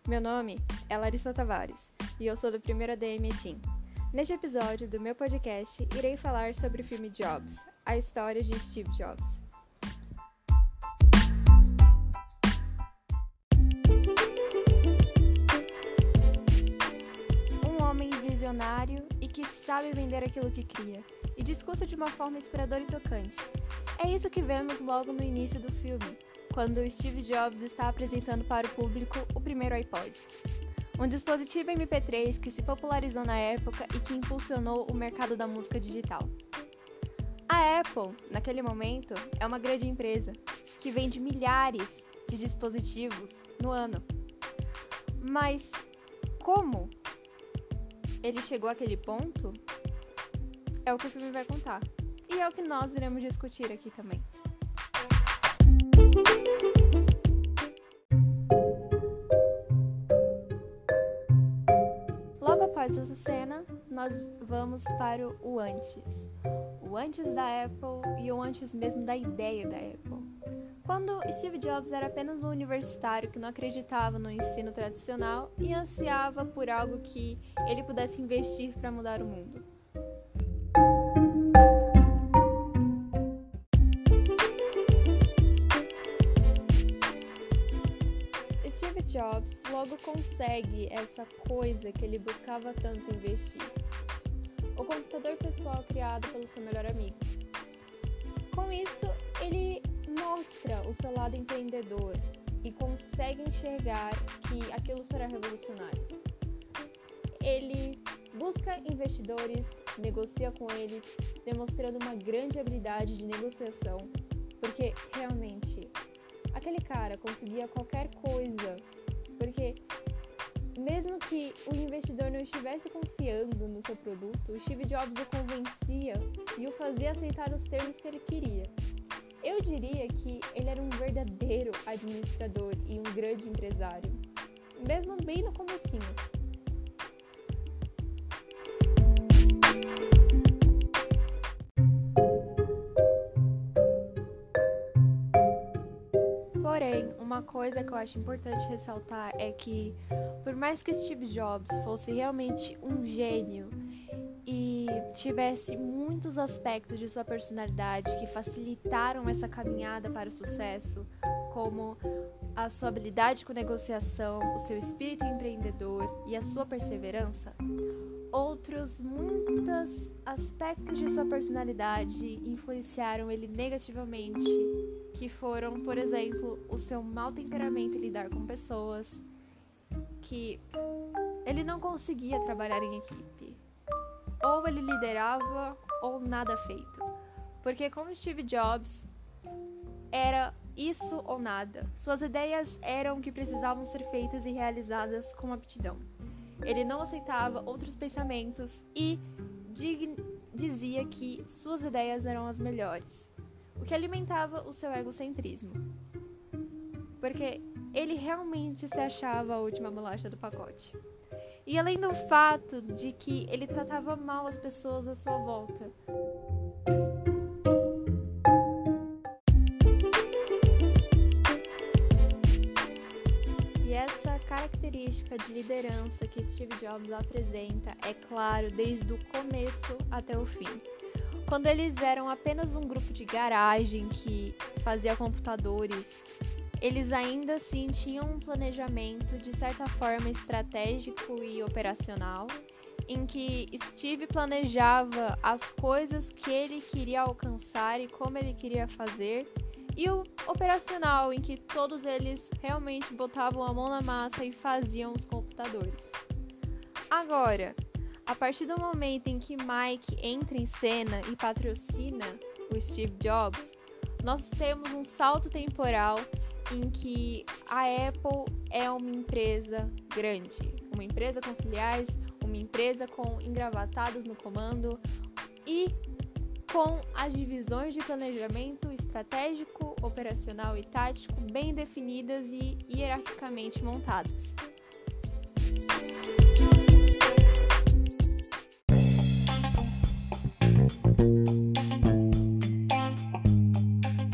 Meu nome é Larissa Tavares e eu sou do primeiro ADM Team. Neste episódio do meu podcast, irei falar sobre o filme Jobs, a história de Steve Jobs. Um homem visionário e que sabe vender aquilo que cria, e discursa de uma forma inspiradora e tocante. É isso que vemos logo no início do filme, quando Steve Jobs está apresentando para o público o primeiro iPod. Um dispositivo MP3 que se popularizou na época e que impulsionou o mercado da música digital. A Apple, naquele momento, é uma grande empresa que vende milhares de dispositivos no ano. Mas como ele chegou àquele ponto? É o que o filme vai contar. E é o que nós iremos discutir aqui também. Logo após essa cena, nós vamos para o antes. O antes da Apple e o antes mesmo da ideia da Apple. Quando Steve Jobs era apenas um universitário que não acreditava no ensino tradicional e ansiava por algo que ele pudesse investir para mudar o mundo. Steve Jobs logo consegue essa coisa que ele buscava tanto investir: o computador pessoal criado pelo seu melhor amigo. Com isso, ele mostra o seu lado empreendedor e consegue enxergar que aquilo será revolucionário. Ele busca investidores, negocia com eles, demonstrando uma grande habilidade de negociação, porque realmente aquele cara conseguia qualquer coisa, porque mesmo que o investidor não estivesse confiando no seu produto, o Steve Jobs o convencia e o fazia aceitar os termos que ele queria. Eu diria que ele era um verdadeiro administrador e um grande empresário, mesmo bem no comecinho. Porém, uma coisa que eu acho importante ressaltar é que, por mais que Steve Jobs fosse realmente um gênio e tivesse muitos aspectos de sua personalidade que facilitaram essa caminhada para o sucesso, como a sua habilidade com negociação, o seu espírito empreendedor e a sua perseverança, outros muitos aspectos de sua personalidade influenciaram ele negativamente, que foram, por exemplo, o seu mau temperamento em lidar com pessoas, que ele não conseguia trabalhar em equipe. Ou ele liderava ou nada feito. Porque com Steve Jobs era isso ou nada. Suas ideias eram que precisavam ser feitas e realizadas com aptidão. Ele não aceitava outros pensamentos e dizia que suas ideias eram as melhores, o que alimentava o seu egocentrismo, porque ele realmente se achava a última bolacha do pacote. E além do fato de que ele tratava mal as pessoas à sua volta. E essa característica de liderança que Steve Jobs apresenta é claro desde o começo até o fim. Quando eles eram apenas um grupo de garagem que fazia computadores, eles ainda assim tinham um planejamento de certa forma estratégico e operacional, em que Steve planejava as coisas que ele queria alcançar e como ele queria fazer, e o operacional, em que todos eles realmente botavam a mão na massa e faziam os computadores. Agora, a partir do momento em que Mike entra em cena e patrocina o Steve Jobs, nós temos um salto temporal em que a Apple é uma empresa grande, uma empresa com filiais, uma empresa com engravatados no comando e com as divisões de planejamento estratégico, operacional e tático bem definidas e hierarquicamente montadas.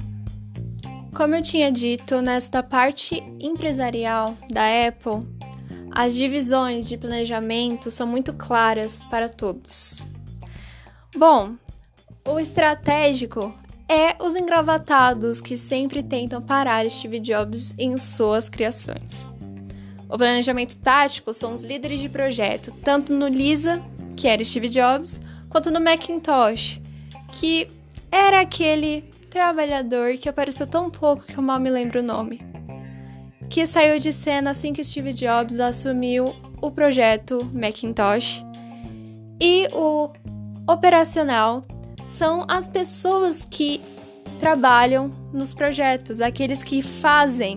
Como eu tinha dito, nesta parte empresarial da Apple, As divisões de planejamento são muito claras para todos. Bom, o estratégico é os engravatados que sempre tentam parar Steve Jobs em suas criações. O planejamento tático são os líderes de projeto, tanto no Lisa, que era Steve Jobs, quanto no Macintosh, que era aquele trabalhador que apareceu tão pouco que eu mal me lembro o nome, que saiu de cena assim que Steve Jobs assumiu o projeto Macintosh. E o operacional são as pessoas que trabalham nos projetos, aqueles que fazem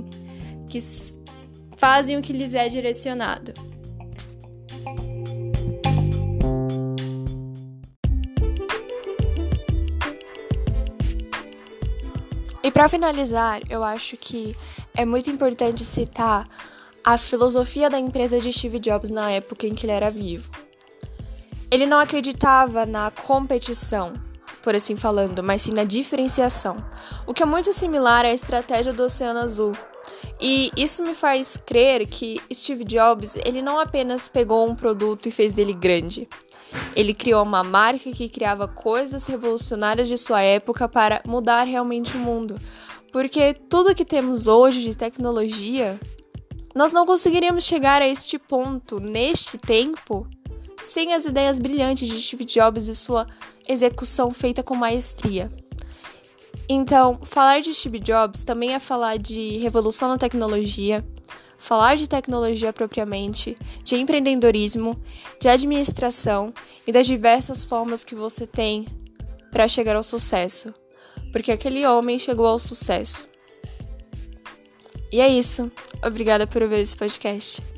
o que lhes é direcionado. E para finalizar, eu acho que é muito importante citar a filosofia da empresa de Steve Jobs na época em que ele era vivo. Ele não acreditava na competição, por assim falando, mas sim na diferenciação, o que é muito similar à estratégia do Oceano Azul. E isso me faz crer que Steve Jobs, ele não apenas pegou um produto e fez dele grande. Ele criou uma marca que criava coisas revolucionárias de sua época para mudar realmente o mundo. Porque tudo que temos hoje de tecnologia, nós não conseguiríamos chegar a este ponto, neste tempo, sem as ideias brilhantes de Steve Jobs e sua execução feita com maestria. Então, falar de Steve Jobs também é falar de revolução na tecnologia, falar de tecnologia propriamente, de empreendedorismo, de administração e das diversas formas que você tem para chegar ao sucesso, porque aquele homem chegou ao sucesso. E é isso. Obrigada por ouvir esse podcast.